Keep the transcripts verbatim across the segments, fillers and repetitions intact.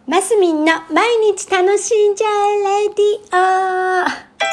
マスミンの毎日楽しんじゃえレディオ。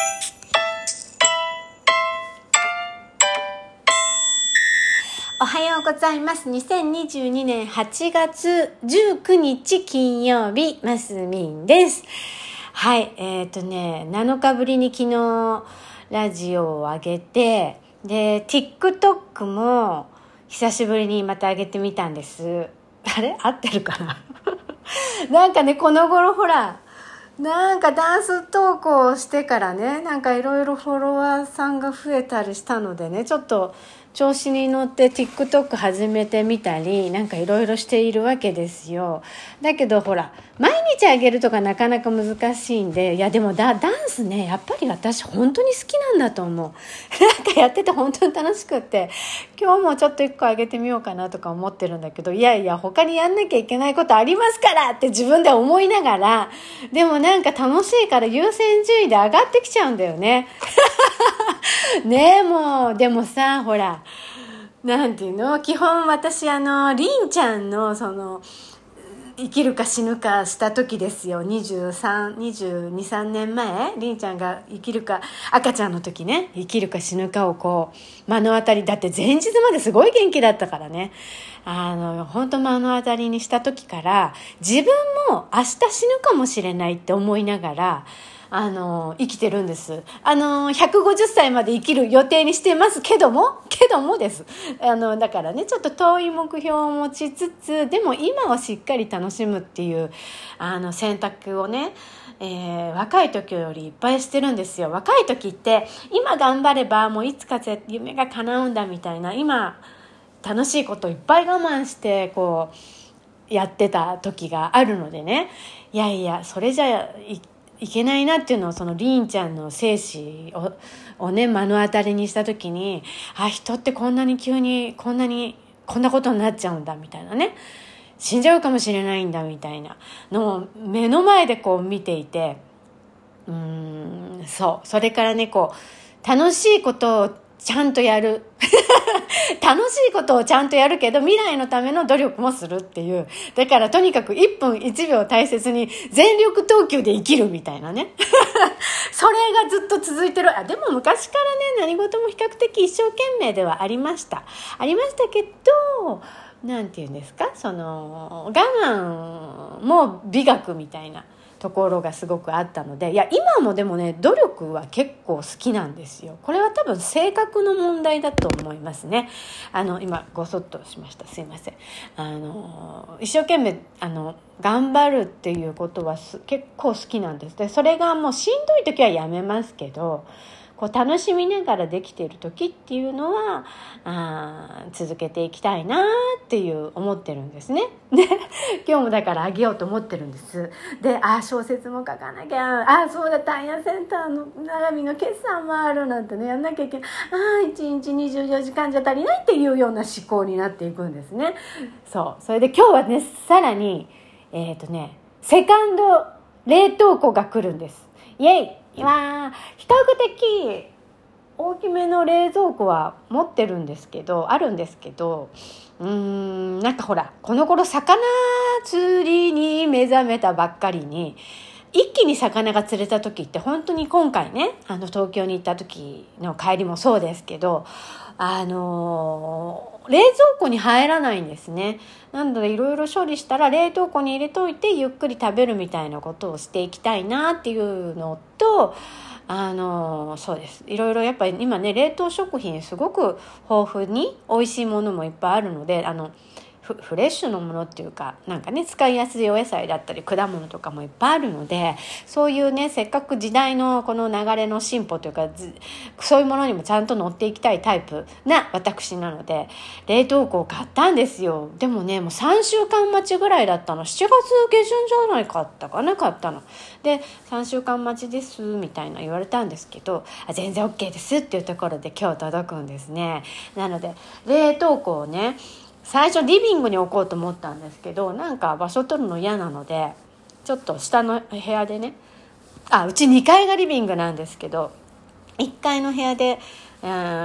おはようございます。にせんにじゅうにねんはちがつじゅうくにち金曜日、マスミンです。はい、えっとね、なのかぶりに昨日ラジオを上げて、で、TikTok も久しぶりにまた上げてみたんです。あれ合ってるかななんかね、この頃ほら、なんかダンス投稿してからね、なんかいろいろフォロワーさんが増えたりしたのでね、ちょっと調子に乗って TikTok 始めてみたり、なんかいろいろしているわけですよ。だけどほら、毎日あげるとかなかなか難しいんで、いやでもダ、ダンスね、やっぱり私本当に好きなんだと思う。なんかやってて本当に楽しくって、今日もちょっと一個あげてみようかなとか思ってるんだけど、いやいや他にやんなきゃいけないことありますからって自分で思いながら、でもなんか楽しいから優先順位で上がってきちゃうんだよね。ねえ、もうでもさ、ほらなんていうの、基本私あのりんちゃんのその生きるか死ぬかした時ですよ。にじゅうさん、にじゅうに、さんねんまえ、りんちゃんが生きるか、赤ちゃんの時ね、生きるか死ぬかをこう目の当たり、だって前日まですごい元気だったからね、あの本当目の当たりにした時から、自分も明日死ぬかもしれないって思いながらあの生きてるんです。あのひゃくごじゅっさいまで生きる予定にしてますけどもけどもです。あのだからね、ちょっと遠い目標を持ちつつ、でも今はしっかり楽しむっていうあの選択をね、えー、若い時よりいっぱいしてるんですよ。若い時って今頑張ればもういつか夢が叶うんだみたいな、今楽しいこといっぱい我慢してこうやってた時があるのでね、いやいやそれじゃいいけないなっていうのを、そのりんちゃんの生死を、をね目の当たりにした時に、あ、人ってこんなに急にこんなにこんなことになっちゃうんだみたいなね、死んじゃうかもしれないんだみたいなのを目の前でこう見ていて、うーんそうそれからね、こう楽しいことをちゃんとやる楽しいことをちゃんとやるけど未来のための努力もするっていう、だからとにかくいっぷんいちびょう大切に全力投球で生きるみたいなねそれがずっと続いてる。あ、でも昔からね、何事も比較的一生懸命ではありましたありましたけど、なんていうんですか、その我慢も美学みたいなところがすごくあったので、いや今もでもね、努力は結構好きなんですよ。これは多分性格の問題だと思いますね。あの今ごそっとしました、すいません。あの一生懸命あの頑張るっていうことは結構好きなんです。でそれがもうしんどい時はやめますけど、こう楽しみながらできている時っていうのはあ続けていきたいなっていう思ってるんですね。で今日もだからあげようと思ってるんです。で、あ小説も書かなきゃ、あそうだ、タイヤセンターの並びの決算もあるなんてね、やんなきゃいけない、あいちにちにじゅうよじかんじゃ足りないっていうような思考になっていくんですね。そうそれで今日はね、さらにえっとねセカンド冷凍庫が来るんです。イエイ。今比較的大きめの冷蔵庫は持ってるんですけどあるんですけどうーんなんかほら、この頃魚釣りに目覚めたばっかりに、一気に魚が釣れた時って、本当に今回ね、あの東京に行った時の帰りもそうですけど、あのー、冷蔵庫に入らないんですね。なのでいろいろ処理したら冷凍庫に入れといてゆっくり食べるみたいなことをしていきたいなっていうのと、あのそうです、いろいろやっぱり今ね、冷凍食品すごく豊富に美味しいものもいっぱいあるので、あのフレッシュのものっていうか、なんかね使いやすいお野菜だったり果物とかもいっぱいあるので、そういうね、せっかく時代のこの流れの進歩というか、そういうものにもちゃんと乗っていきたいタイプな私なので、冷凍庫を買ったんですよ。でもね、もうさんしゅうかん待ちぐらいだったの。しちがつげしゅんじゃないかったかな、買ったのでさんしゅうかん待ちですみたいな言われたんですけど、あ全然 OK ですっていうところで今日届くんですね。なので冷凍庫をね、最初リビングに置こうと思ったんですけど、なんか場所取るの嫌なので、ちょっと下の部屋でね、あうちにかいがリビングなんですけど、いっかいの部屋で、うん、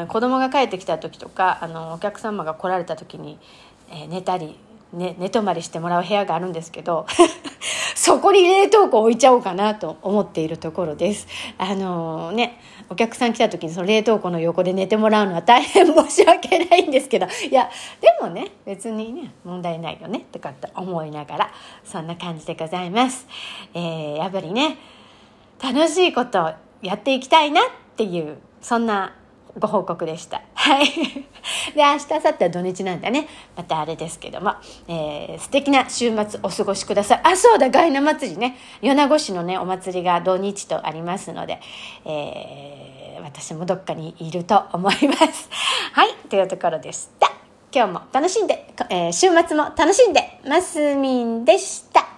子供が帰ってきた時とか、あのお客様が来られた時に、えー、寝たり、ね、寝泊まりしてもらう部屋があるんですけどそこに冷凍庫置いちゃおうかなと思っているところです。あのー、ね、お客さん来た時にその冷凍庫の横で寝てもらうのは大変申し訳ないんですけど、いや、でもね、別にね、問題ないよね、とかって思いながら、そんな感じでございます。えー、やっぱりね、楽しいことをやっていきたいなっていう、そんなご報告でした。はい。で、明日、明後日は土日なんだね。またあれですけども、えー、素敵な週末お過ごしください。あ、そうだ、ガイナ祭りね。米子市のね、お祭りが土日とありますので、えー、私もどっかにいると思います。はい、というところでした。今日も楽しんで、えー、週末も楽しんで、ますみんでした。